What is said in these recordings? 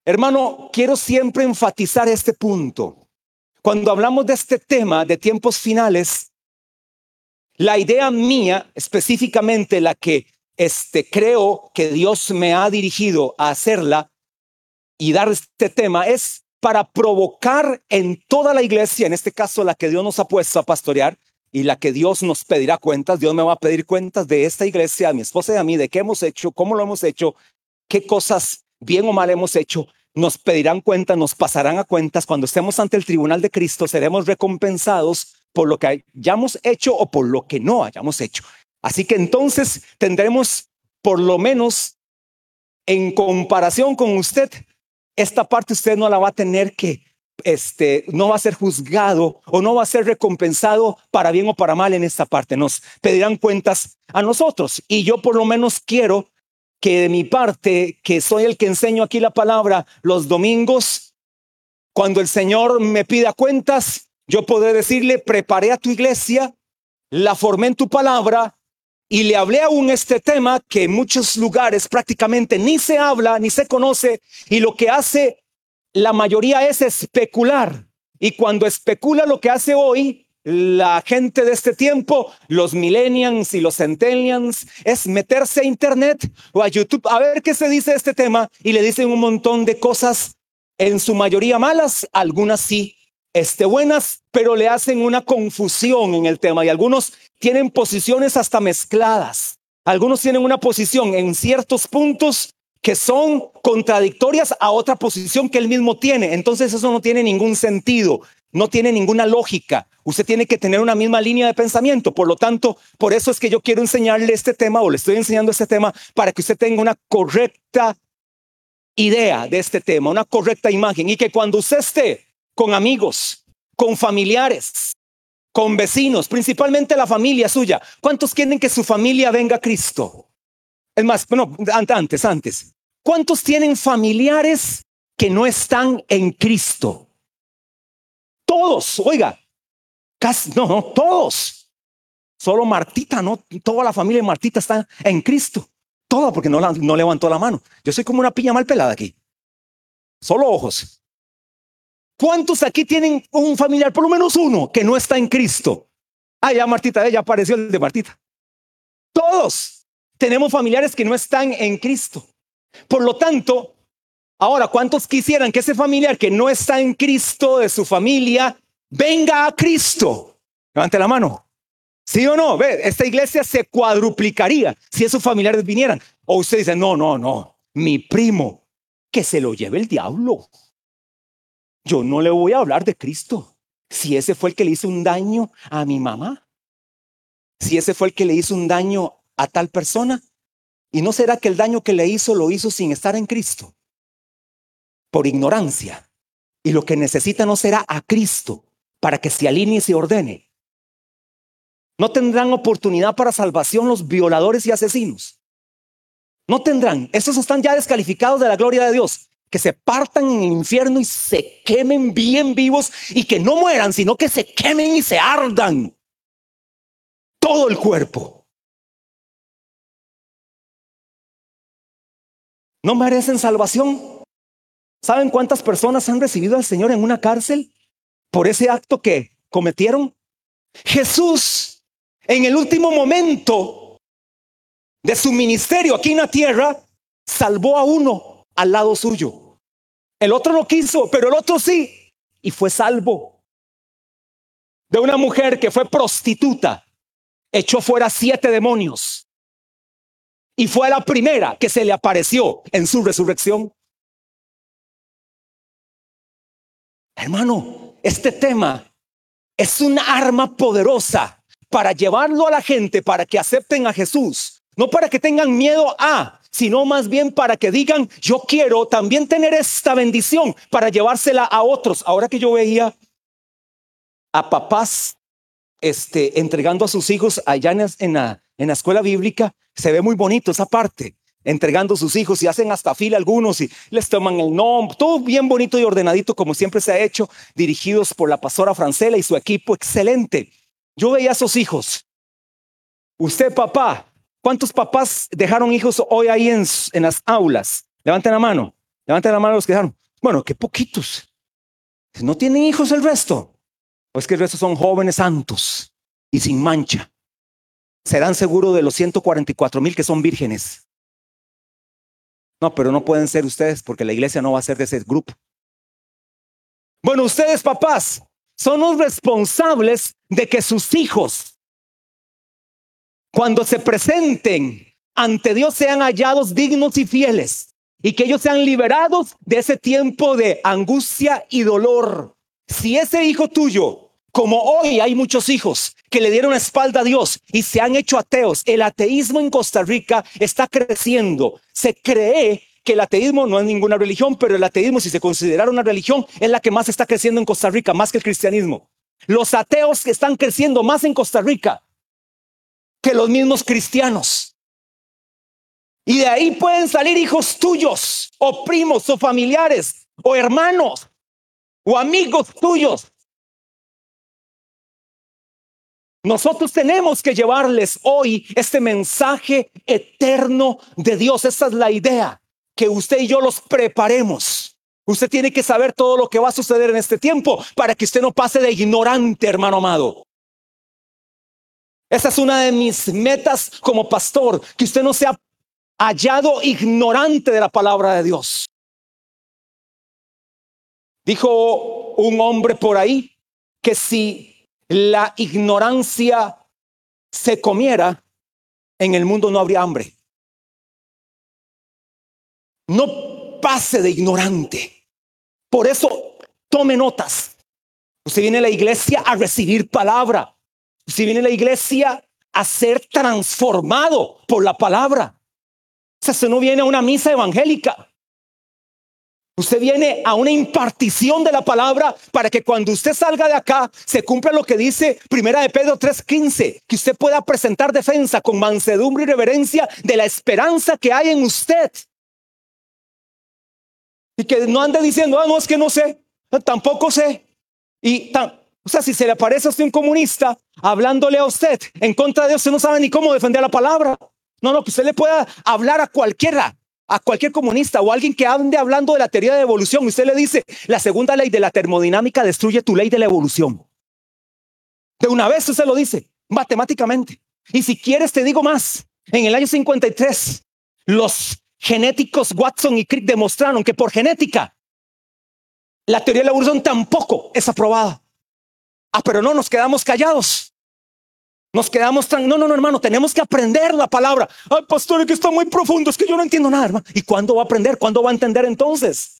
Hermano, quiero siempre enfatizar este punto. Cuando hablamos de este tema de tiempos finales, la idea mía, específicamente la que creo que Dios me ha dirigido a hacerla y dar este tema, es para provocar en toda la iglesia, en este caso la que Dios nos ha puesto a pastorear y la que Dios nos pedirá cuentas. Dios me va a pedir cuentas de esta iglesia, a mi esposa y a mí, de qué hemos hecho, cómo lo hemos hecho, qué cosas bien o mal hemos hecho. Nos pedirán cuentas, nos pasarán a cuentas. Cuando estemos ante el tribunal de Cristo, seremos recompensados por lo que hayamos hecho o por lo que no hayamos hecho. Así que entonces tendremos, por lo menos en comparación con usted, esta parte usted no la va a tener que, no va a ser juzgado o no va a ser recompensado para bien o para mal en esta parte. Nos pedirán cuentas a nosotros. Y yo por lo menos quiero que de mi parte, que soy el que enseño aquí la palabra los domingos, cuando el Señor me pida cuentas, yo podré decirle: preparé a tu iglesia, la formé en tu palabra y le hablé aún este tema que en muchos lugares prácticamente ni se habla, ni se conoce, y lo que hace la mayoría es especular. Y cuando especula, lo que hace hoy la gente de este tiempo, los millennials y los centennials, es meterse a internet o a YouTube a ver qué se dice de este tema, y le dicen un montón de cosas, en su mayoría malas, algunas sí buenas, pero le hacen una confusión en el tema, y algunos tienen posiciones hasta mezcladas. Algunos tienen una posición en ciertos puntos que son contradictorias a otra posición que él mismo tiene. Entonces eso no tiene ningún sentido, no tiene ninguna lógica. Usted tiene que tener una misma línea de pensamiento. Por lo tanto, por eso es que yo quiero enseñarle este tema, o le estoy enseñando este tema, para que usted tenga una correcta idea de este tema, una correcta imagen, y que cuando usted esté con amigos, con familiares, con vecinos, principalmente la familia suya, ¿cuántos quieren que su familia venga a Cristo? Es más, bueno, antes, ¿cuántos tienen familiares que no están en Cristo? Todos, oiga, casi, no, todos. Solo Martita, no, toda la familia de Martita está en Cristo. Toda, porque no levantó la mano. Yo soy como una piña mal pelada aquí. Solo ojos. ¿Cuántos aquí tienen un familiar, por lo menos uno, que no está en Cristo? Ah, ya Martita, ya apareció el de Martita. Todos tenemos familiares que no están en Cristo. Por lo tanto, ahora, ¿cuántos quisieran que ese familiar que no está en Cristo, de su familia, venga a Cristo? Levante la mano. ¿Sí o no? Ve, esta iglesia se cuadruplicaría si esos familiares vinieran. O usted dice: no, mi primo, que se lo lleve el diablo. Yo no le voy a hablar de Cristo. Si ese fue el que le hizo un daño a mi mamá, si ese fue el que le hizo un daño a tal persona, ¿y no será que el daño que le hizo lo hizo sin estar en Cristo? Por ignorancia. Y lo que necesita no será a Cristo para que se alinee y se ordene. No tendrán oportunidad para salvación los violadores y asesinos. No tendrán. Esos están ya descalificados de la gloria de Dios. Que se partan en el infierno y se quemen bien vivos, y que no mueran, sino que se quemen y se ardan todo el cuerpo. ¿No merecen salvación? ¿Saben cuántas personas han recibido al Señor en una cárcel por ese acto que cometieron? Jesús, en el último momento de su ministerio aquí en la tierra, salvó a uno al lado suyo. El otro no quiso, pero el otro sí, y fue salvo. De una mujer que fue prostituta, echó fuera 7 demonios, y fue la primera que se le apareció en su resurrección. Hermano, este tema es una arma poderosa para llevarlo a la gente, para que acepten a Jesús. No para que tengan miedo sino más bien para que digan: yo quiero también tener esta bendición para llevársela a otros. Ahora que yo veía a papás entregando a sus hijos allá en la escuela bíblica, se ve muy bonito esa parte, entregando a sus hijos, y hacen hasta fila algunos y les toman el nombre, todo bien bonito y ordenadito, como siempre se ha hecho, dirigidos por la pastora Francela y su equipo excelente. Yo veía a esos hijos. Usted, papá, ¿cuántos papás dejaron hijos hoy ahí en las aulas? Levanten la mano. Levanten la mano los que dejaron. Bueno, qué poquitos. ¿No tienen hijos el resto? O es que el resto son jóvenes santos y sin mancha. Serán seguros de los 144,000 que son vírgenes. No, pero no pueden ser ustedes porque la iglesia no va a ser de ese grupo. Bueno, ustedes papás son los responsables de que sus hijos, cuando se presenten ante Dios, sean hallados dignos y fieles, y que ellos sean liberados de ese tiempo de angustia y dolor. Si ese hijo tuyo, como hoy hay muchos hijos que le dieron la espalda a Dios y se han hecho ateos, el ateísmo en Costa Rica está creciendo. Se cree que el ateísmo no es ninguna religión, pero el ateísmo, si se considerara una religión, es la que más está creciendo en Costa Rica, más que el cristianismo. Los ateos que están creciendo más en Costa Rica que los mismos cristianos. Y de ahí pueden salir hijos tuyos, o primos, o familiares, o hermanos, o amigos tuyos. Nosotros tenemos que llevarles hoy este mensaje eterno de Dios. Esa es la idea, que usted y yo los preparemos. Usted tiene que saber todo lo que va a suceder en este tiempo para que usted no pase de ignorante, hermano amado. Esa es una de mis metas como pastor, que usted no sea hallado ignorante de la palabra de Dios. Dijo un hombre por ahí que si la ignorancia se comiera, en el mundo no habría hambre. No pase de ignorante. Por eso tome notas. Usted viene a la iglesia a recibir palabra. Usted viene a la iglesia a ser transformado por la palabra. O sea, usted no viene a una misa evangélica. Usted viene a una impartición de la palabra para que cuando usted salga de acá se cumpla lo que dice Primera de Pedro 3:15, que usted pueda presentar defensa con mansedumbre y reverencia de la esperanza que hay en usted. Y que no ande diciendo, no, es que no sé, tampoco sé. O sea, si se le aparece a usted un comunista hablándole a usted en contra de Dios, usted no sabe ni cómo defender la palabra. No, que usted le pueda hablar a cualquier comunista o alguien que ande hablando de la teoría de evolución. Usted le dice, la segunda ley de la termodinámica destruye tu ley de la evolución. De una vez usted lo dice, matemáticamente. Y si quieres te digo más. En el año 53, los genéticos Watson y Crick demostraron que por genética la teoría de la evolución tampoco es aprobada. Pero no nos quedamos callados. Nos quedamos no, hermano, tenemos que aprender la palabra. Ay, pastor, es que está muy profundo, es que yo no entiendo nada, hermano. ¿Y cuándo va a aprender? ¿Cuándo va a entender entonces?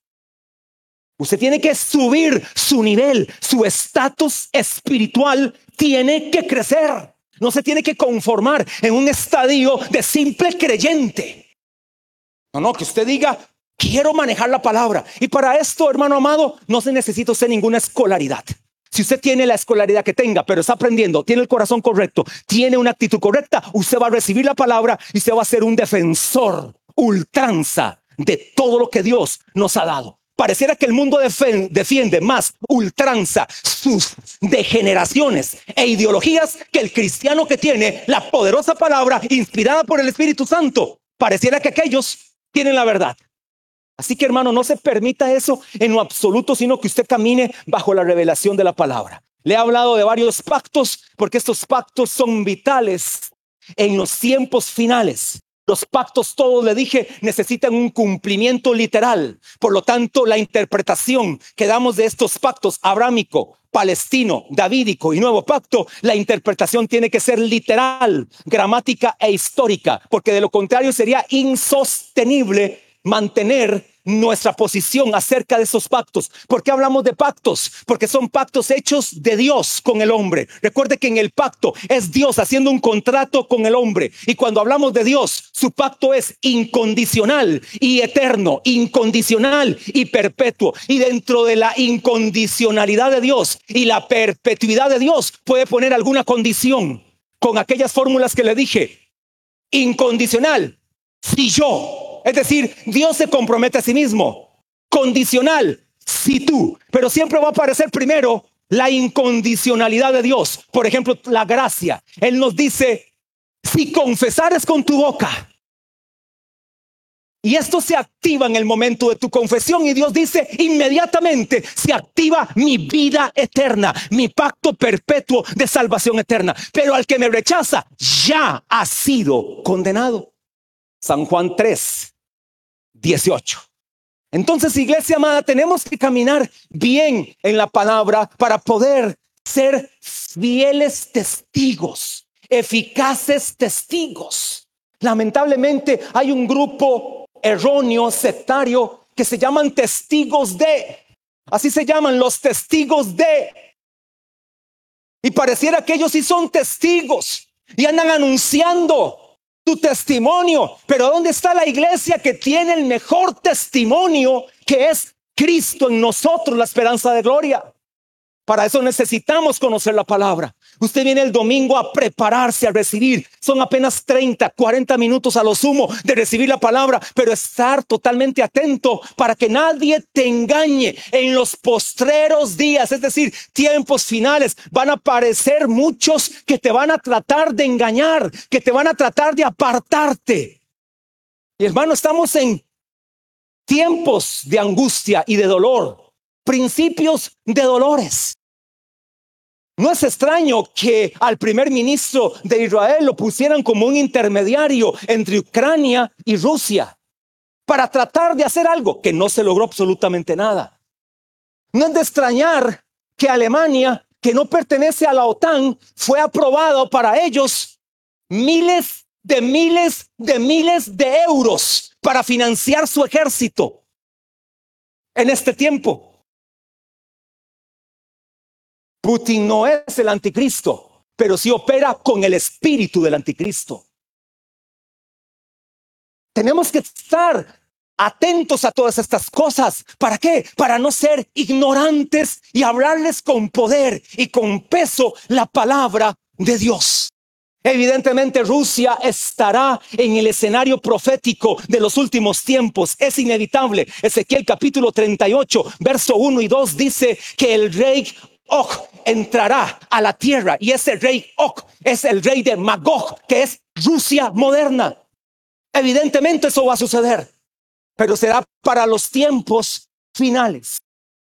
Usted tiene que subir su nivel, su estatus espiritual tiene que crecer. No se tiene que conformar en un estadio de simple creyente. No, que usted diga, quiero manejar la palabra. Y para esto, hermano amado, no se necesita usted ninguna escolaridad. Si usted tiene la escolaridad que tenga, pero está aprendiendo, tiene el corazón correcto, tiene una actitud correcta, usted va a recibir la palabra y usted va a ser un defensor ultranza de todo lo que Dios nos ha dado. Pareciera que el mundo defiende más ultranza sus degeneraciones e ideologías que el cristiano que tiene la poderosa palabra inspirada por el Espíritu Santo. Pareciera que aquellos tienen la verdad. Así que, hermano, no se permita eso en lo absoluto, sino que usted camine bajo la revelación de la palabra. Le he hablado de varios pactos porque estos pactos son vitales en los tiempos finales. Los pactos, todos le dije, necesitan un cumplimiento literal. Por lo tanto, la interpretación que damos de estos pactos abrámico, palestino, davídico y nuevo pacto, la interpretación tiene que ser literal, gramática e histórica, porque de lo contrario sería insostenible mantener nuestra posición acerca de esos pactos. ¿Por qué hablamos de pactos? Porque son pactos hechos de Dios con el hombre. Recuerde que en el pacto es Dios haciendo un contrato con el hombre. Y cuando hablamos de Dios, su pacto es incondicional y eterno, incondicional y perpetuo. Y dentro de la incondicionalidad de Dios y la perpetuidad de Dios, puede poner alguna condición con aquellas fórmulas que le dije. Incondicional, si yo. Es decir, Dios se compromete a sí mismo. Condicional, si tú. Pero siempre va a aparecer primero la incondicionalidad de Dios. Por ejemplo, la gracia. Él nos dice, si confesares con tu boca Y esto se activa en el momento de tu confesión y Dios dice inmediatamente se activa mi vida eterna, mi pacto perpetuo de salvación eterna. Pero al que me rechaza ya ha sido condenado. San Juan 3:18. Entonces, iglesia amada, tenemos que caminar bien en la palabra para poder ser fieles testigos, eficaces testigos. Lamentablemente hay un grupo erróneo, sectario, que se llaman testigos de. Así se llaman, los testigos de. Y pareciera que ellos sí son testigos y andan anunciando tu testimonio. Pero ¿dónde está la iglesia que tiene el mejor testimonio, que es Cristo en nosotros, la esperanza de gloria? Para eso necesitamos conocer la palabra. Usted viene el domingo a prepararse a recibir. Son apenas 30, 40 minutos a lo sumo de recibir la palabra, pero estar totalmente atento para que nadie te engañe. En los postreros días, es decir, tiempos finales, van a aparecer muchos que te van a tratar de engañar, que te van a tratar de apartarte. Y hermano, estamos en tiempos de angustia y de dolor. Principios de dolores. No es extraño que al primer ministro de Israel lo pusieran como un intermediario entre Ucrania y Rusia para tratar de hacer algo que no se logró absolutamente nada. No es de extrañar que Alemania, que no pertenece a la OTAN, fue aprobado para ellos miles de euros para financiar su ejército en este tiempo. Putin no es el anticristo, pero sí opera con el espíritu del anticristo. Tenemos que estar atentos a todas estas cosas. ¿Para qué? Para no ser ignorantes y hablarles con poder y con peso la palabra de Dios. Evidentemente Rusia estará en el escenario profético de los últimos tiempos. Es inevitable. Ezequiel capítulo 38, verso 1 y 2 dice que el rey Og entrará a la tierra, y ese rey Og es el rey de Magog, que es Rusia moderna. Evidentemente eso va a suceder, pero será para los tiempos finales.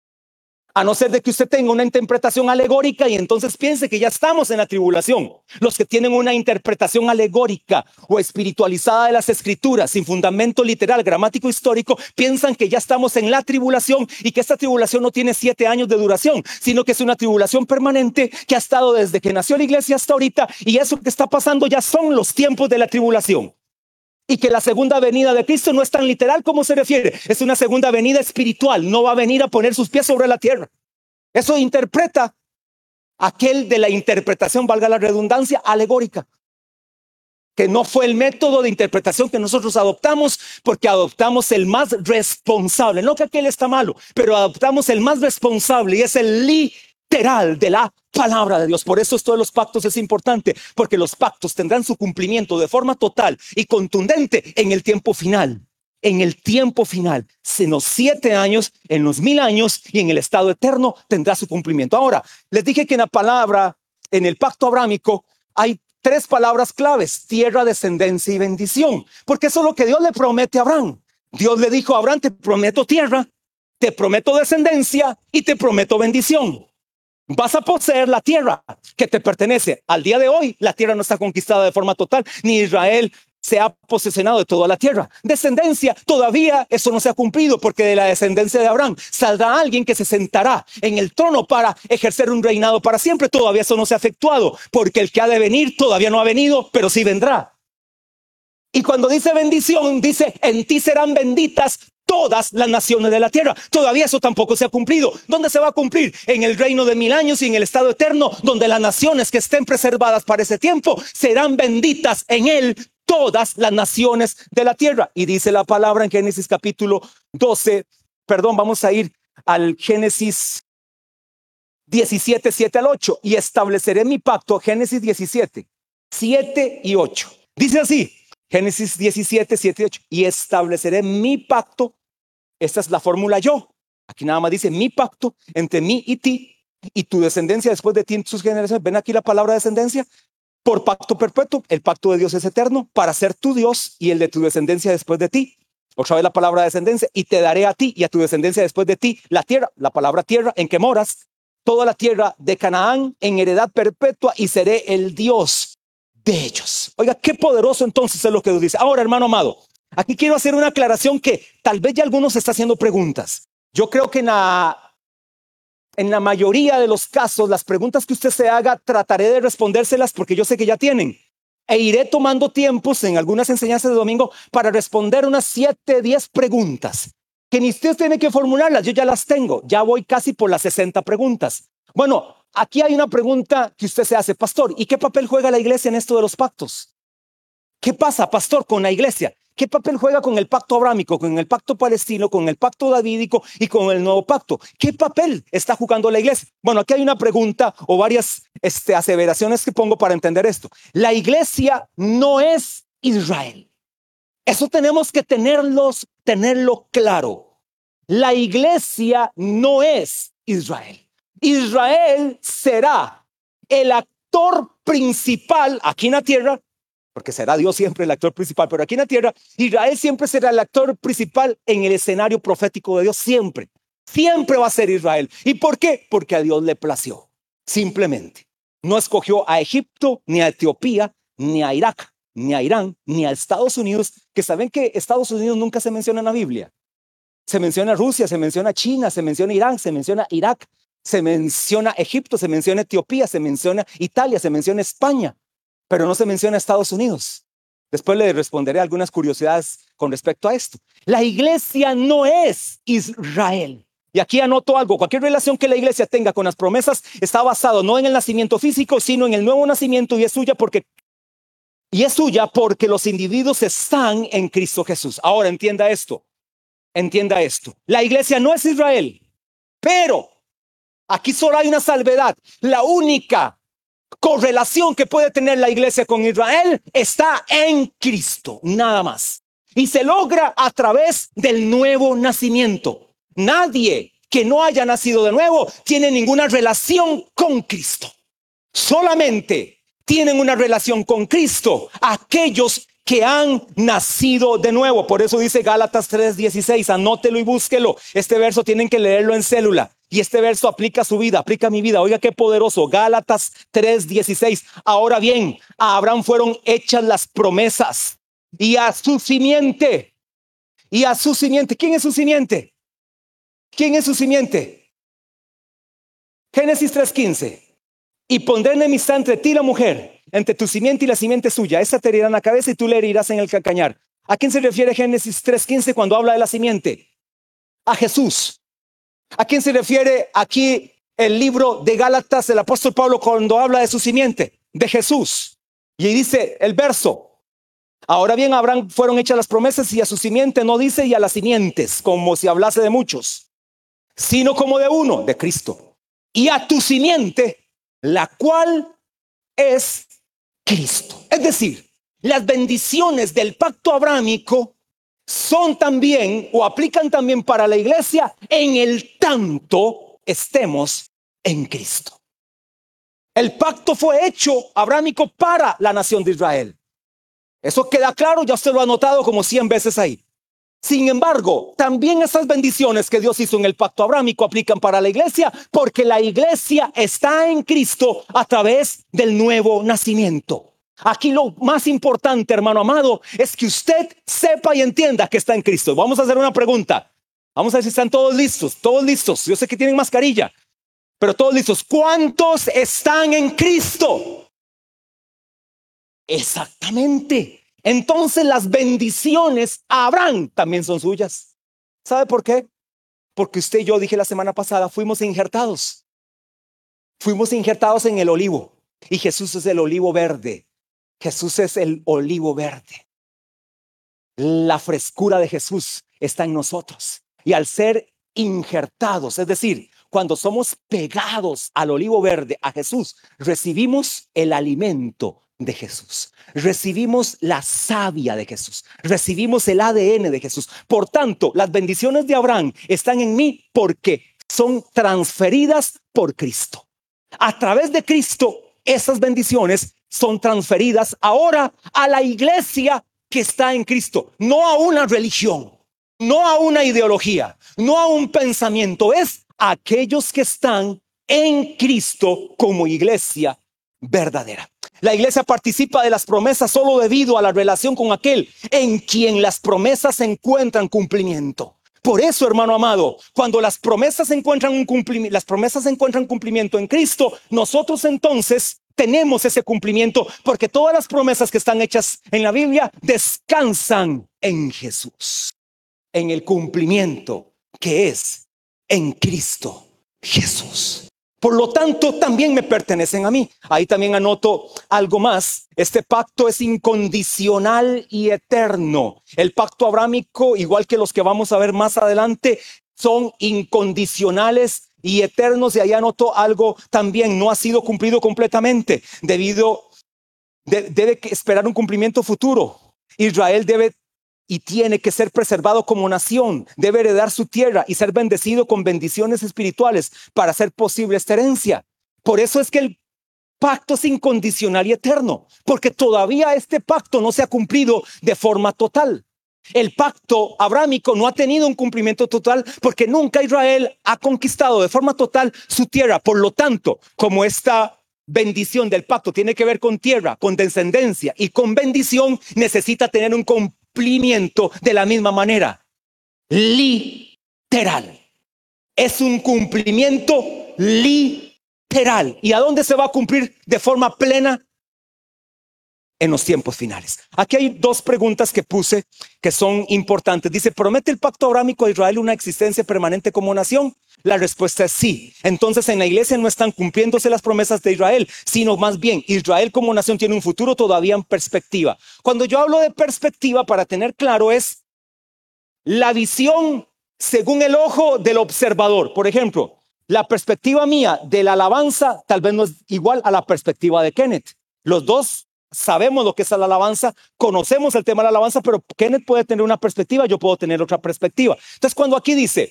A no ser de que usted tenga una interpretación alegórica y entonces piense que ya estamos en la tribulación. Los que tienen una interpretación alegórica o espiritualizada de las escrituras sin fundamento literal, gramático, histórico, piensan que ya estamos en la tribulación y que esta tribulación no tiene 7 años de duración, sino que es una tribulación permanente que ha estado desde que nació la iglesia hasta ahorita, y eso que está pasando ya son los tiempos de la tribulación. Y que la segunda venida de Cristo no es tan literal como se refiere. Es una segunda venida espiritual. No va a venir a poner sus pies sobre la tierra. Eso interpreta aquel de la interpretación, valga la redundancia, alegórica. Que no fue el método de interpretación que nosotros adoptamos, porque adoptamos el más responsable. No que aquel está malo, pero adoptamos el más responsable, y es el literal de la palabra de Dios. Por eso esto de los pactos es importante, porque los pactos tendrán su cumplimiento de forma total y contundente en el tiempo final. En el tiempo final, en los 7 años, en los 1000 años y en el estado eterno tendrá su cumplimiento. Ahora, les dije que en la palabra, en el pacto abrámico, hay 3 palabras claves: tierra, descendencia y bendición, porque eso es lo que Dios le promete a Abraham. Dios le dijo a Abraham: te prometo tierra, te prometo descendencia y te prometo bendición. Vas a poseer la tierra que te pertenece. Al día de hoy, la tierra no está conquistada de forma total, ni Israel se ha posesionado de toda la tierra. Descendencia, todavía eso no se ha cumplido, porque de la descendencia de Abraham saldrá alguien que se sentará en el trono para ejercer un reinado para siempre. Todavía eso no se ha efectuado, porque el que ha de venir todavía no ha venido, pero sí vendrá. Y cuando dice bendición, dice: en ti serán benditas todas las naciones de la tierra. Todavía eso tampoco se ha cumplido. ¿Dónde se va a cumplir? En el reino de 1000 años y en el estado eterno, donde las naciones que estén preservadas para ese tiempo serán benditas en él todas las naciones de la tierra. Y dice la palabra en Génesis capítulo 12, vamos a ir al Génesis 17, 7 al 8. Y estableceré mi pacto, Génesis 17, 7 y 8. Dice así, Génesis 17, 7 y 8. Y estableceré mi pacto. Esta es la fórmula yo. Aquí nada más dice mi pacto entre mí y ti y tu descendencia después de ti en sus generaciones. Ven aquí la palabra descendencia. Por pacto perpetuo. El pacto de Dios es eterno, para ser tu Dios y el de tu descendencia después de ti. otra vez la palabra descendencia, y te daré a ti y a tu descendencia después de ti la tierra, la palabra tierra en que moras, toda la tierra de Canaán en heredad perpetua y seré el Dios de ellos. Oiga, qué poderoso entonces es lo que Dios dice. Ahora, hermano amado, aquí quiero hacer una aclaración que tal vez ya algunos se está haciendo preguntas. Yo creo que en la mayoría de los casos, las preguntas que usted se haga, trataré de respondérselas porque yo sé que ya tienen. E iré tomando tiempos en algunas enseñanzas de domingo para responder unas 7, 10 preguntas que ni usted tiene que formularlas, yo ya las tengo. Ya voy casi por las 60 preguntas. Bueno, aquí hay una pregunta que usted se hace, pastor, ¿y qué papel juega la iglesia en esto de los pactos? ¿Qué pasa, pastor, con la iglesia? ¿Qué papel juega con el pacto abrámico, con el pacto palestino, con el pacto davídico y con el nuevo pacto? ¿Qué papel está jugando la iglesia? Bueno, aquí hay una pregunta o varias aseveraciones que pongo para entender esto. La iglesia no es Israel. Eso tenemos que tenerlo claro. La iglesia no es Israel. Israel será el actor principal aquí en la tierra, porque será Dios siempre el actor principal, pero aquí en la tierra, Israel siempre será el actor principal en el escenario profético de Dios, siempre. Siempre va a ser Israel. ¿Y por qué? Porque a Dios le plació, simplemente. No escogió a Egipto, ni a Etiopía, ni a Irak, ni a Irán, ni a Estados Unidos, que saben que Estados Unidos nunca se menciona en la Biblia. Se menciona Rusia, se menciona China, se menciona Irán, se menciona Irak, se menciona Egipto, se menciona Etiopía, se menciona Italia, se menciona España, pero no se menciona Estados Unidos. Después le responderé algunas curiosidades con respecto a esto. La iglesia no es Israel. Y aquí anoto algo, cualquier relación que la iglesia tenga con las promesas está basado no en el nacimiento físico, sino en el nuevo nacimiento y es suya porque los individuos están en Cristo Jesús. Ahora entienda esto. La iglesia no es Israel, pero aquí solo hay una salvedad. La única correlación que puede tener la iglesia con Israel está en Cristo, nada más. Y se logra a través del nuevo nacimiento. Nadie que no haya nacido de nuevo tiene ninguna relación con Cristo. Solamente tienen una relación con Cristo aquellos que han nacido de nuevo. Por eso dice Gálatas 3:16, anótelo y búsquelo. Este verso tienen que leerlo en célula. Y este verso aplica a su vida, aplica a mi vida. Oiga qué poderoso. Gálatas 3:16. Ahora bien, a Abraham fueron hechas las promesas y a su simiente. ¿Quién es su simiente? Génesis 3:15. Y pondré enemistad entre ti y la mujer, entre tu simiente y la simiente suya. Esta te herirá en la cabeza y tú le herirás en el calcañar. ¿A quién se refiere Génesis 3:15 cuando habla de la simiente? A Jesús. ¿A quién se refiere aquí el libro de Gálatas, el apóstol Pablo, cuando habla de su simiente? De Jesús. Y dice el verso: ahora bien, a Abraham fueron hechas las promesas y a su simiente, no dice y a las simientes, como si hablase de muchos, sino como de uno, de Cristo. Y a tu simiente, la cual es Cristo. Es decir, las bendiciones del pacto abrámico son también o aplican también para la iglesia en el tanto estemos en Cristo. El pacto fue hecho abrámico para la nación de Israel. Eso queda claro, ya usted lo ha notado como 100 veces ahí. Sin embargo, también esas bendiciones que Dios hizo en el pacto abrámico aplican para la iglesia, porque la iglesia está en Cristo a través del nuevo nacimiento. Aquí lo más importante, hermano amado, es que usted sepa y entienda que está en Cristo. Vamos a hacer una pregunta. Vamos a ver si están todos listos. Todos listos. Yo sé que tienen mascarilla, pero todos listos. ¿Cuántos están en Cristo? Exactamente. Entonces las bendiciones a Abraham también son suyas. ¿Sabe por qué? Porque usted y yo, dije la semana pasada, fuimos injertados. Fuimos injertados en el olivo. Y Jesús es el olivo verde. Jesús es el olivo verde. La frescura de Jesús está en nosotros. Y al ser injertados, es decir, cuando somos pegados al olivo verde, a Jesús, recibimos el alimento de Jesús, recibimos la savia de Jesús, recibimos el ADN de Jesús. Por tanto, las bendiciones de Abraham están en mí porque son transferidas por Cristo. A través de Cristo, esas bendiciones son transferidas ahora a la iglesia que está en Cristo, no a una religión. no a una ideología, no a un pensamiento, es a aquellos que están en Cristo como iglesia verdadera. La iglesia participa de las promesas solo debido a la relación con aquel en quien las promesas encuentran cumplimiento. Por eso, hermano amado, cuando las promesas encuentran cumplimiento en Cristo, nosotros entonces tenemos ese cumplimiento, porque todas las promesas que están hechas en la Biblia descansan en Jesús, en el cumplimiento que es en Cristo Jesús. Por lo tanto, también me pertenecen a mí. Ahí también anoto algo más. Este pacto es incondicional y eterno. El pacto abrámico, igual que los que vamos a ver más adelante, son incondicionales y eternos. Y ahí anoto algo también. No ha sido cumplido completamente. Debe esperar un cumplimiento futuro. Israel debe y tiene que ser preservado como nación, debe heredar su tierra y ser bendecido con bendiciones espirituales para hacer posible esta herencia. Por eso es que el pacto es incondicional y eterno, porque todavía este pacto no se ha cumplido de forma total. El pacto abrámico no ha tenido un cumplimiento total porque nunca Israel ha conquistado de forma total su tierra. Por lo tanto, como esta bendición del pacto tiene que ver con tierra, con descendencia y con bendición, necesita tener un cumplimiento de la misma manera. Literal. Es un cumplimiento literal. ¿Y a dónde se va a cumplir de forma plena? En los tiempos finales. Aquí hay dos preguntas que puse que son importantes. Dice, ¿promete el pacto abrámico a Israel una existencia permanente como nación? La respuesta es sí. Entonces en la iglesia no están cumpliéndose las promesas de Israel, sino más bien Israel como nación tiene un futuro todavía en perspectiva. Cuando yo hablo de perspectiva, para tener claro, es la visión según el ojo del observador. Por ejemplo, la perspectiva mía de la alabanza tal vez no es igual a la perspectiva de Kenneth. Los dos sabemos lo que es la alabanza, conocemos el tema de la alabanza, pero Kenneth puede tener una perspectiva, yo puedo tener otra perspectiva. Entonces, cuando aquí dice,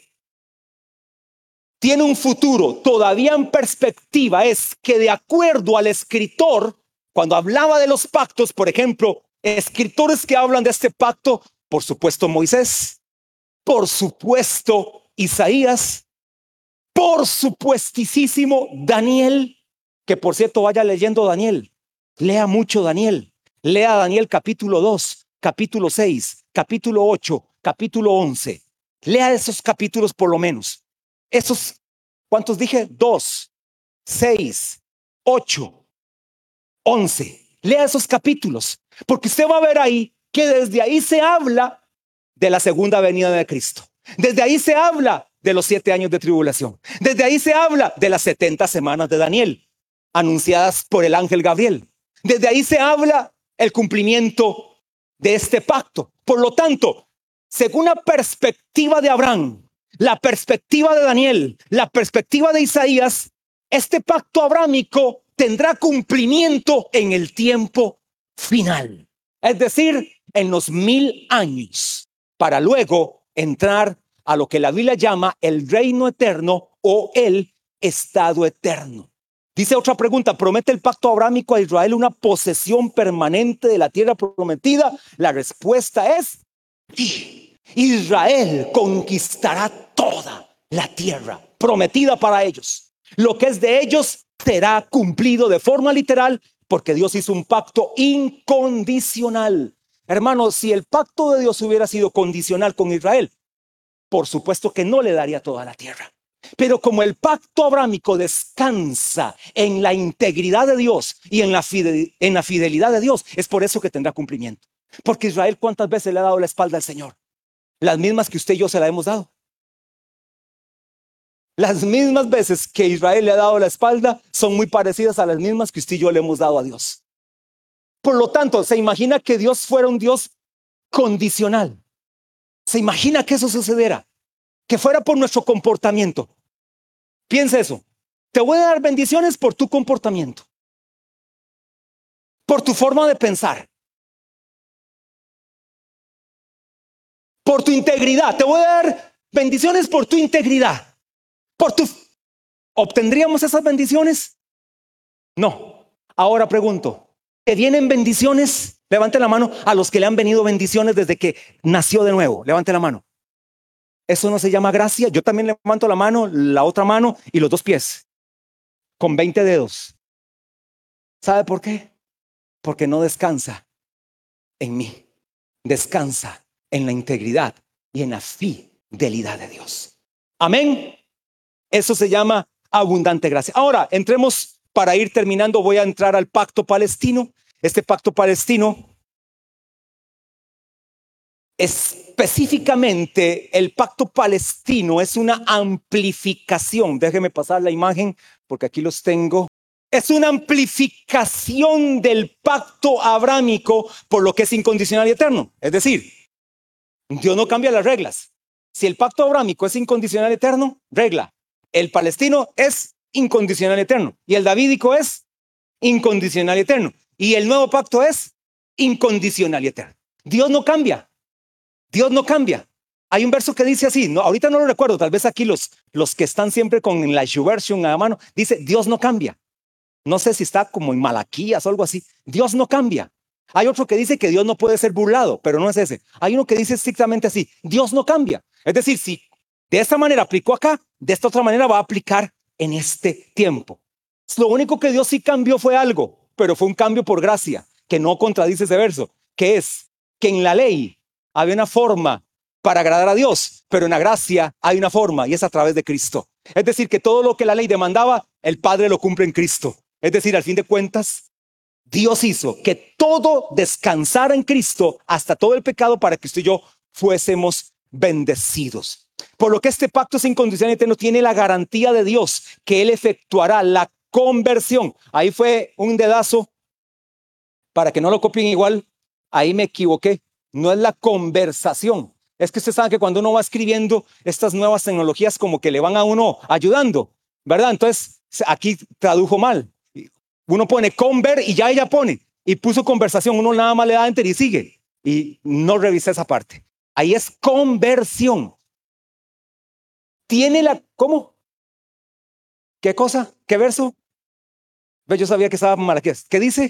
tiene un futuro todavía en perspectiva, es que de acuerdo al escritor, cuando hablaba de los pactos, por ejemplo, escritores que hablan de este pacto, por supuesto Moisés, por supuesto Isaías, por supuestísimo Daniel, que por cierto vaya leyendo Daniel. Lea mucho Daniel. Lea Daniel capítulo 2, capítulo 6, capítulo 8, capítulo 11. Lea esos capítulos por lo menos. Esos, ¿cuántos dije? 2, 6, 8, 11. Lea esos capítulos, porque usted va a ver ahí que desde ahí se habla de la segunda venida de Cristo. Desde ahí se habla de los 7 años de tribulación. Desde ahí se habla de las 70 semanas de Daniel, anunciadas por el ángel Gabriel. Desde ahí se habla el cumplimiento de este pacto. Por lo tanto, según la perspectiva de Abraham, la perspectiva de Daniel, la perspectiva de Isaías, este pacto abrámico tendrá cumplimiento en el tiempo final. Es decir, en los 1000 años, para luego entrar a lo que la Biblia llama el reino eterno o el estado eterno. Dice otra pregunta, ¿promete el pacto abrámico a Israel una posesión permanente de la tierra prometida? La respuesta es sí. Israel conquistará toda la tierra prometida para ellos. Lo que es de ellos será cumplido de forma literal porque Dios hizo un pacto incondicional. Hermanos, si el pacto de Dios hubiera sido condicional con Israel, por supuesto que no le daría toda la tierra. Pero como el pacto abrámico descansa en la integridad de Dios y en la fidelidad de Dios, es por eso que tendrá cumplimiento. Porque Israel, ¿cuántas veces le ha dado la espalda al Señor? Las mismas que usted y yo se la hemos dado. Las mismas veces que Israel le ha dado la espalda son muy parecidas a las mismas que usted y yo le hemos dado a Dios. Por lo tanto, ¿se imagina que Dios fuera un Dios condicional? ¿Se imagina que eso sucediera? Que fuera por nuestro comportamiento. Piensa eso. Te voy a dar bendiciones por tu comportamiento, por tu forma de pensar, por tu integridad. Te voy a dar bendiciones por tu integridad. ¿Obtendríamos esas bendiciones? No. Ahora pregunto, ¿te vienen bendiciones? Levante la mano a los que le han venido bendiciones desde que nació de nuevo. Levante la mano. Eso no se llama gracia. Yo también levanto la mano, la otra mano y los dos pies, con 20 dedos. ¿Sabe por qué? Porque no descansa en mí. Descansa en la integridad y en la fidelidad de Dios. Amén. Eso se llama abundante gracia. Ahora, entremos, para ir terminando, voy a entrar al pacto palestino. Este pacto palestino, específicamente el pacto palestino, es una amplificación. Déjeme pasar la imagen porque aquí los tengo. Es una amplificación del pacto abrámico por lo que es incondicional y eterno. Es decir, Dios no cambia las reglas. Si el pacto abrámico es incondicional y eterno, regla. El palestino es incondicional y eterno. Y el davídico es incondicional y eterno. Y el nuevo pacto es incondicional y eterno. Dios no cambia. Dios no cambia. Hay un verso que dice así, no, ahorita no lo recuerdo, tal vez aquí los que están siempre con la YouVersion a la mano, dice, Dios no cambia. No sé si está como en Malaquías o algo así. Dios no cambia. Hay otro que dice que Dios no puede ser burlado, pero no es ese. Hay uno que dice estrictamente así, Dios no cambia. Es decir, si de esta manera aplicó acá, de esta otra manera va a aplicar en este tiempo. Lo único que Dios sí cambió fue algo, pero fue un cambio por gracia, que no contradice ese verso, que es que en la ley había una forma para agradar a Dios, pero en la gracia hay una forma y es a través de Cristo. Es decir, que todo lo que la ley demandaba, el Padre lo cumple en Cristo. Es decir, al fin de cuentas, Dios hizo que todo descansara en Cristo, hasta todo el pecado, para que usted y yo fuésemos bendecidos. Por lo que este pacto es incondicional y eterno, tiene la garantía de Dios que Él efectuará la conversión. Ahí fue un dedazo para que no lo copien igual. Ahí me equivoqué. No es la conversación. Es que usted sabe que cuando uno va escribiendo estas nuevas tecnologías, como que le van a uno ayudando, ¿verdad? Entonces aquí tradujo mal. Uno pone conver y ya ella pone y puso conversación. Uno nada más le da enter y sigue y no revisa esa parte. Ahí es conversión. Tiene la, ¿cómo? ¿Qué cosa? ¿Qué verso? Yo sabía que estaba en Malaquías. ¿Qué dice?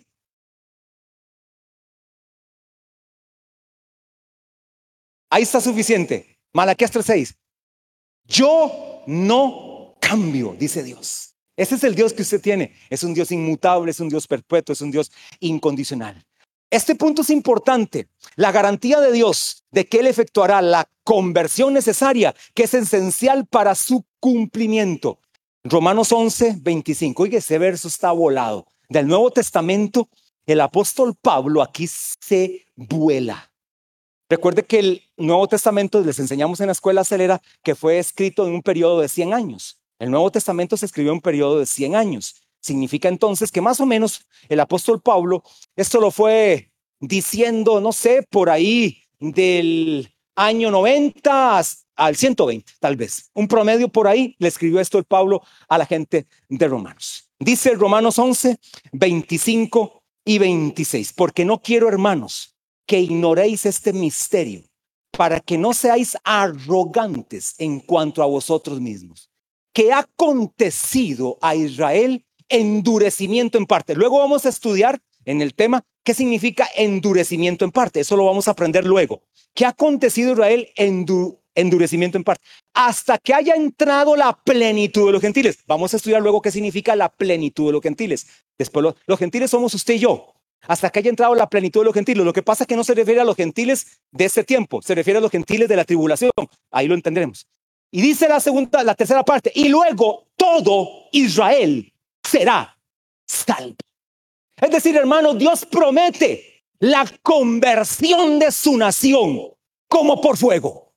Ahí está suficiente. Malaquías 3:6. Yo no cambio, dice Dios. Ese es el Dios que usted tiene. Es un Dios inmutable, es un Dios perpetuo, es un Dios incondicional. Este punto es importante. La garantía de Dios de que Él efectuará la conversión necesaria, que es esencial para su cumplimiento. Romanos 11:25. Oiga, ese verso está volado. Del Nuevo Testamento, el apóstol Pablo aquí se vuela. Recuerde que el Nuevo Testamento, les enseñamos en la escuela Acelera, que fue escrito en un periodo de 100 años. El Nuevo Testamento se escribió en un periodo de 100 años. Significa entonces que más o menos el apóstol Pablo, esto lo fue diciendo, no sé, por ahí del año 90 al 120, tal vez. Un promedio por ahí le escribió esto el Pablo a la gente de Romanos. Dice Romanos 11:25 y 26. Porque no quiero, hermanos, que ignoréis este misterio, para que no seáis arrogantes en cuanto a vosotros mismos, que ha acontecido a Israel endurecimiento en parte. Luego vamos a estudiar en el tema qué significa endurecimiento en parte. Eso lo vamos a aprender luego. ¿Qué ha acontecido a Israel endurecimiento en parte? Hasta que haya entrado la plenitud de los gentiles. Vamos a estudiar luego qué significa la plenitud de los gentiles. Después los gentiles somos usted y yo. Hasta que haya entrado la plenitud de los gentiles. Lo que pasa es que no se refiere a los gentiles de este tiempo, se refiere a los gentiles de la tribulación. Ahí lo entenderemos. Y dice la tercera parte, y luego todo Israel será salvo. Es decir, hermano, Dios promete la conversión de su nación como por fuego.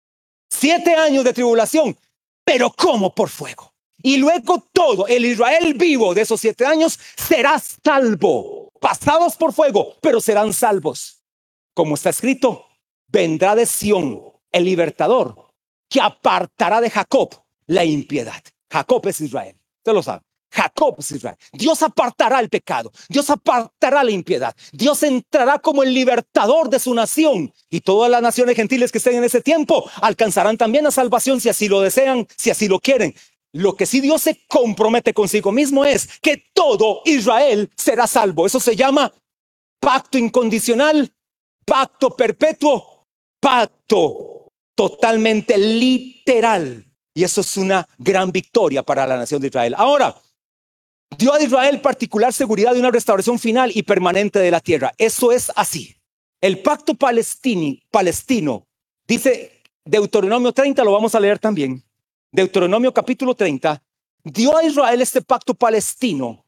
7 años de tribulación, pero como por fuego. Y luego todo el Israel vivo de esos 7 años será salvo. Pasados por fuego, pero serán salvos. Como está escrito, vendrá de Sión el libertador, que apartará de Jacob la impiedad. Jacob es Israel, usted lo sabe. Jacob es Israel. Dios apartará el pecado, Dios apartará la impiedad, Dios entrará como el libertador de su nación, y todas las naciones gentiles que estén en ese tiempo alcanzarán también la salvación, si así lo desean, si así lo quieren. Lo que sí Dios se compromete consigo mismo es que todo Israel será salvo. Eso se llama pacto incondicional, pacto perpetuo, pacto totalmente literal. Y eso es una gran victoria para la nación de Israel. Ahora, dio a Israel particular seguridad de una restauración final y permanente de la tierra. Eso es así. El pacto palestino, dice Deuteronomio 30, lo vamos a leer también. Deuteronomio capítulo 30, dio a Israel este pacto palestino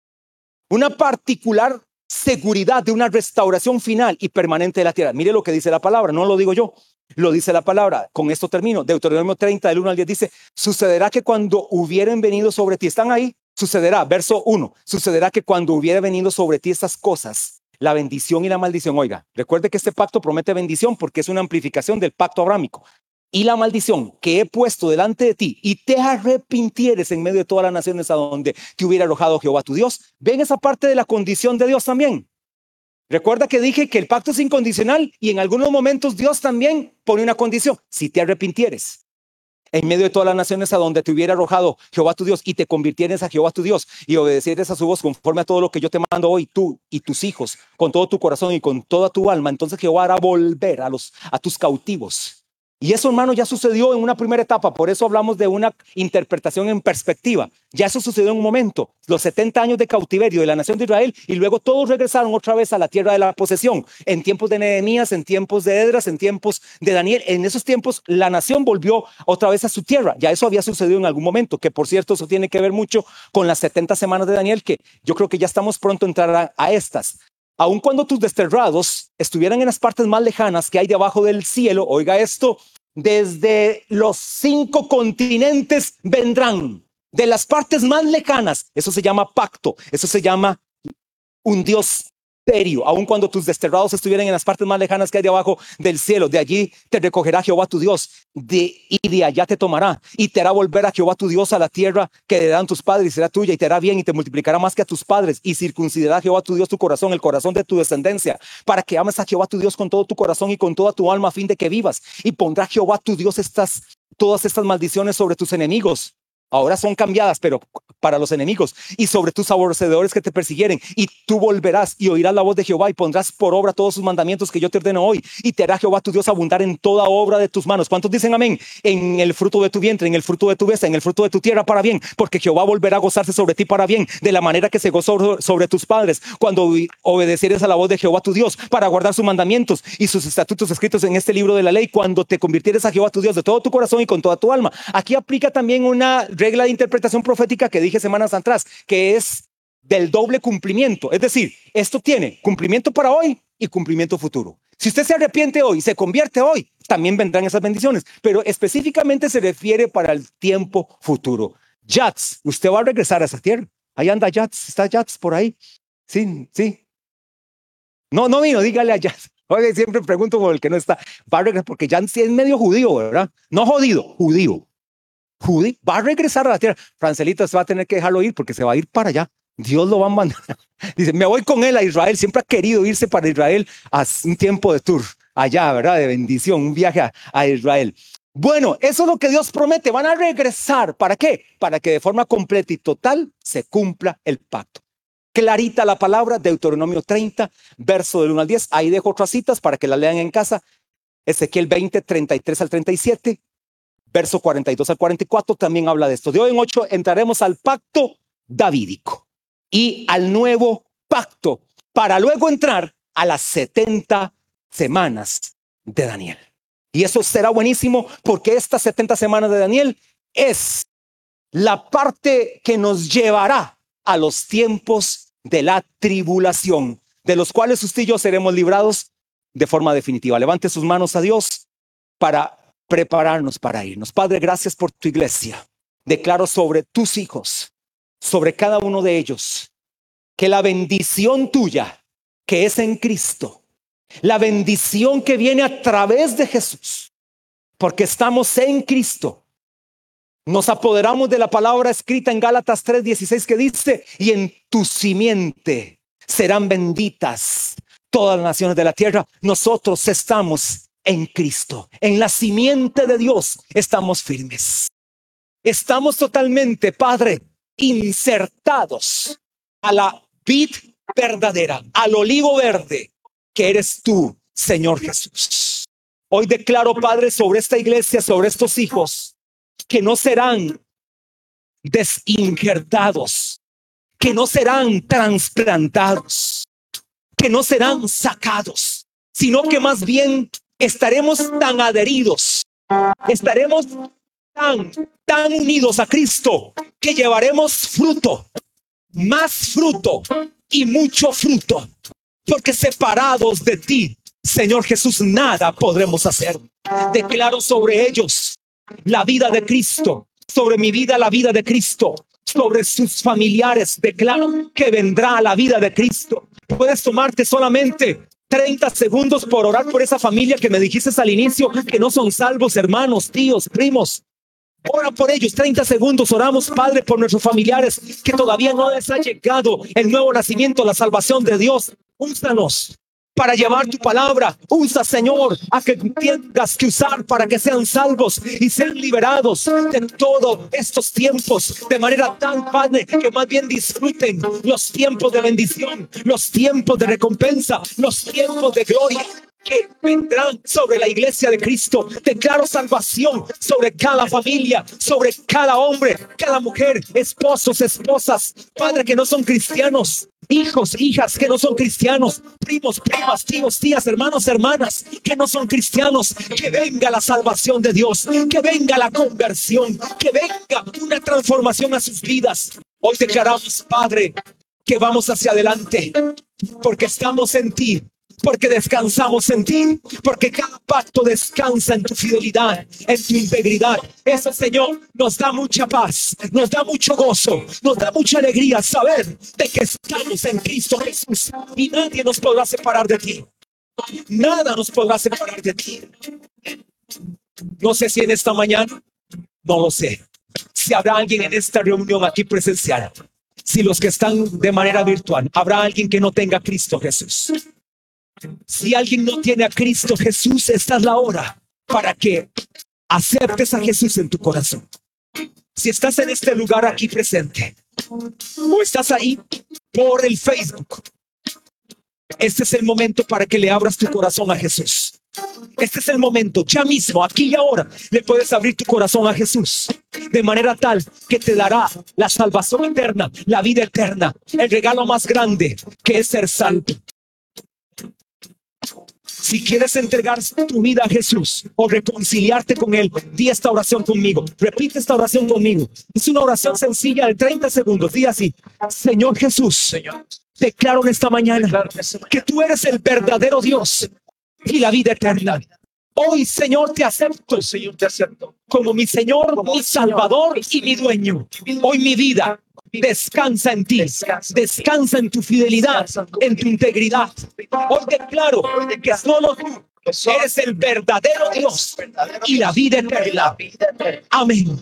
una particular seguridad de una restauración final y permanente de la tierra. Mire lo que dice la palabra, no lo digo yo, lo dice la palabra. Con esto termino. Deuteronomio 30, del 1 al 10 dice: sucederá que cuando hubieren venido sobre ti, ¿están ahí? Sucederá, verso 1, sucederá que cuando hubiera venido sobre ti estas cosas, la bendición y la maldición. Oiga, recuerde que este pacto promete bendición porque es una amplificación del pacto abrámico. Y la maldición que he puesto delante de ti, y te arrepintieres en medio de todas las naciones a donde te hubiera arrojado Jehová tu Dios. ¿Ven esa parte de la condición de Dios también? Recuerda que dije que el pacto es incondicional y en algunos momentos Dios también pone una condición: si te arrepintieres en medio de todas las naciones a donde te hubiera arrojado Jehová tu Dios, y te convirtieres a Jehová tu Dios y obedecieres a su voz conforme a todo lo que yo te mando hoy, tú y tus hijos, con todo tu corazón y con toda tu alma, entonces Jehová hará volver a tus cautivos. Y eso, hermano, ya sucedió en una primera etapa. Por eso hablamos de una interpretación en perspectiva. Ya eso sucedió en un momento, los 70 años de cautiverio de la nación de Israel, y luego todos regresaron otra vez a la tierra de la posesión. En tiempos de Nehemías, en tiempos de Esdras, en tiempos de Daniel, en esos tiempos la nación volvió otra vez a su tierra. Ya eso había sucedido en algún momento, que por cierto eso tiene que ver mucho con las 70 semanas de Daniel, que yo creo que ya estamos pronto a entrar a estas. Aun cuando tus desterrados estuvieran en las partes más lejanas que hay debajo del cielo, oiga esto, desde los 5 continentes vendrán, de las partes más lejanas. Eso se llama pacto, eso se llama un Dios serio. Aun cuando tus desterrados estuvieran en las partes más lejanas que hay debajo del cielo, de allí te recogerá Jehová tu Dios, y de allá te tomará y te hará volver a Jehová tu Dios a la tierra que le dan tus padres, y será tuya, y te hará bien y te multiplicará más que a tus padres, y circuncidará Jehová tu Dios tu corazón, el corazón de tu descendencia, para que ames a Jehová tu Dios con todo tu corazón y con toda tu alma, a fin de que vivas. Y pondrá Jehová tu Dios todas estas maldiciones sobre tus enemigos. Ahora son cambiadas, pero para los enemigos, y sobre tus aborrecedores que te persiguieren, y tú volverás y oirás la voz de Jehová y pondrás por obra todos sus mandamientos que yo te ordeno hoy, y te hará Jehová tu Dios abundar en toda obra de tus manos. ¿Cuántos dicen amén? En el fruto de tu vientre, en el fruto de tu besa, en el fruto de tu tierra para bien, porque Jehová volverá a gozarse sobre ti para bien, de la manera que se gozó sobre tus padres cuando obedecieres a la voz de Jehová tu Dios, para guardar sus mandamientos y sus estatutos escritos en este libro de la ley, cuando te convirtieres a Jehová tu Dios de todo tu corazón y con toda tu alma. Aquí aplica también una regla de interpretación profética que dije semanas atrás, que es del doble cumplimiento. Es decir, esto tiene cumplimiento para hoy y cumplimiento futuro. Si usted se arrepiente hoy, se convierte hoy, también vendrán esas bendiciones, pero específicamente se refiere para el tiempo futuro. Yats, usted va a regresar a esa tierra. Ahí anda Yats, está Yats por ahí. Sí, sí. No vino, dígale a Yats. Oye, siempre pregunto por el que no está. Va a regresar porque Yats es medio judío, ¿verdad? No jodido, judío. Va a regresar a la tierra. Francelita se va a tener que dejarlo ir porque se va a ir para allá. Dios lo va a mandar. Dice, me voy con él a Israel. Siempre ha querido irse para Israel a un tiempo de tour allá, ¿verdad? De bendición, un viaje a Israel. Bueno, eso es lo que Dios promete. Van a regresar. ¿Para qué? Para que de forma completa y total se cumpla el pacto. Clarita la palabra, Deuteronomio 30, verso del 1 al 10. Ahí dejo otras citas para que la lean en casa. Ezequiel 20, 33 al 37. Verso 42 al 44 también habla de esto. De hoy en 8 entraremos al pacto davídico y al nuevo pacto, para luego entrar a las 70 semanas de Daniel. Y eso será buenísimo, porque estas 70 semanas de Daniel es la parte que nos llevará a los tiempos de la tribulación, de los cuales usted y yo seremos librados de forma definitiva. Levante sus manos a Dios para prepararnos para irnos. Padre, gracias por tu iglesia. Declaro sobre tus hijos, sobre cada uno de ellos, que la bendición tuya, que es en Cristo, la bendición que viene a través de Jesús, porque estamos en Cristo, nos apoderamos de la palabra escrita en Gálatas 3:16, que dice: y en tu simiente serán benditas todas las naciones de la tierra. Nosotros estamos en Cristo, en la simiente de Dios estamos firmes. Estamos totalmente, Padre, insertados a la vid verdadera, al olivo verde, que eres tú, Señor Jesús. Hoy declaro, Padre, sobre esta iglesia, sobre estos hijos, que no serán desinjertados, que no serán trasplantados, que no serán sacados, sino que más bien estaremos tan adheridos, estaremos tan unidos a Cristo, que llevaremos fruto, más fruto y mucho fruto, porque separados de ti, Señor Jesús, nada podremos hacer. Declaro sobre ellos la vida de Cristo, sobre mi vida la vida de Cristo, sobre sus familiares. Declaro que vendrá la vida de Cristo. Puedes tomarte solamente 30 segundos por orar por esa familia que me dijiste al inicio que no son salvos, hermanos, tíos, primos. Ora por ellos, 30 segundos. Oramos, Padre, por nuestros familiares que todavía no les ha llegado el nuevo nacimiento, la salvación de Dios. Úsanos para llevar tu palabra. Usa, Señor, a que tengas que usar para que sean salvos y sean liberados de todos estos tiempos, de manera tal, Padre, que más bien disfruten los tiempos de bendición, los tiempos de recompensa, los tiempos de gloria que vendrán sobre la iglesia de Cristo. Declaro salvación sobre cada familia, sobre cada hombre, cada mujer, esposos, esposas, Padre, que no son cristianos, hijos, hijas que no son cristianos, primos, primas, tíos, tías, hermanos, hermanas que no son cristianos. Que venga la salvación de Dios, que venga la conversión, que venga una transformación a sus vidas. Hoy declaramos, Padre, que vamos hacia adelante porque estamos en ti, porque descansamos en ti, porque cada pacto descansa en tu fidelidad, en tu integridad. Eso, Señor, nos da mucha paz, nos da mucho gozo, nos da mucha alegría saber de que estamos en Cristo Jesús y nadie nos podrá separar de ti. Nada nos podrá separar de ti. No sé si en esta mañana, no lo sé, si habrá alguien en esta reunión aquí presencial, si los que están de manera virtual, habrá alguien que no tenga a Cristo Jesús. Si alguien no tiene a Cristo Jesús, esta es la hora para que aceptes a Jesús en tu corazón. Si estás en este lugar aquí presente o estás ahí por el Facebook, este es el momento para que le abras tu corazón a Jesús. Este es el momento, ya mismo, aquí y ahora, le puedes abrir tu corazón a Jesús, de manera tal que te dará la salvación eterna, la vida eterna, el regalo más grande que es ser salvo. Si quieres entregar tu vida a Jesús o reconciliarte con Él, di esta oración conmigo. Repite esta oración conmigo. Es una oración sencilla de 30 segundos. Di así: Señor Jesús, declaro en esta mañana que tú eres el verdadero Dios y la vida eterna. Hoy, Señor, te acepto como mi Señor, mi Salvador y mi dueño. Hoy mi vida descansa en ti, descansa en tu fidelidad, en tu integridad. Hoy declaro que solo tú eres el verdadero Dios y la vida eterna. Amén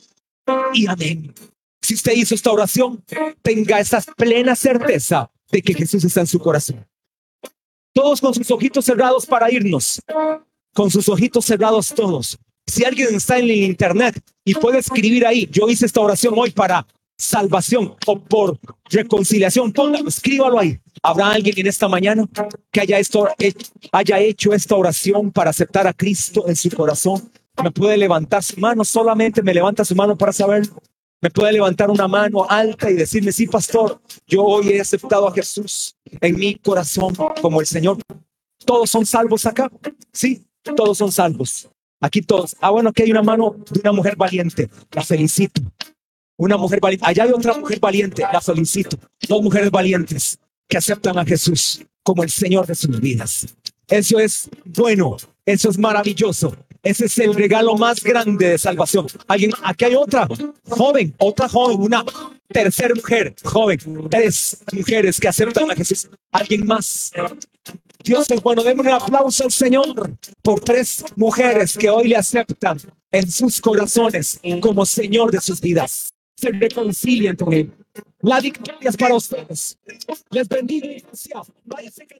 y amén. Si usted hizo esta oración, tenga esa plena certeza de que Jesús está en su corazón. Todos con sus ojitos cerrados para irnos, con sus ojitos cerrados todos. Si alguien está en el internet y puede escribir ahí: yo hice esta oración hoy para salvación o por reconciliación, póngalo, escríbalo ahí. ¿Habrá alguien en esta mañana que haya hecho esta oración para aceptar a Cristo en su corazón? ¿Me puede levantar su mano? Solamente me levanta su mano para saberlo. ¿Me puede levantar una mano alta y decirme: sí, pastor, yo hoy he aceptado a Jesús en mi corazón como el Señor? ¿Todos son salvos acá? Sí, todos son salvos. Aquí todos. Bueno, aquí hay una mano de una mujer valiente. La felicito. Una mujer valiente. Allá hay otra mujer valiente. La felicito. Dos mujeres valientes que aceptan a Jesús como el Señor de sus vidas. Eso es bueno. Eso es maravilloso. Ese es el regalo más grande de salvación. Alguien, aquí hay otra joven, una tercera mujer joven. 3 mujeres que aceptan a Jesús. Alguien más. Dios es bueno. Denme un aplauso al Señor por 3 mujeres que hoy le aceptan en sus corazones como Señor de sus vidas. Se reconcilien con Él. La victoria es para ustedes. Les bendiga, iglesia. Váyanse.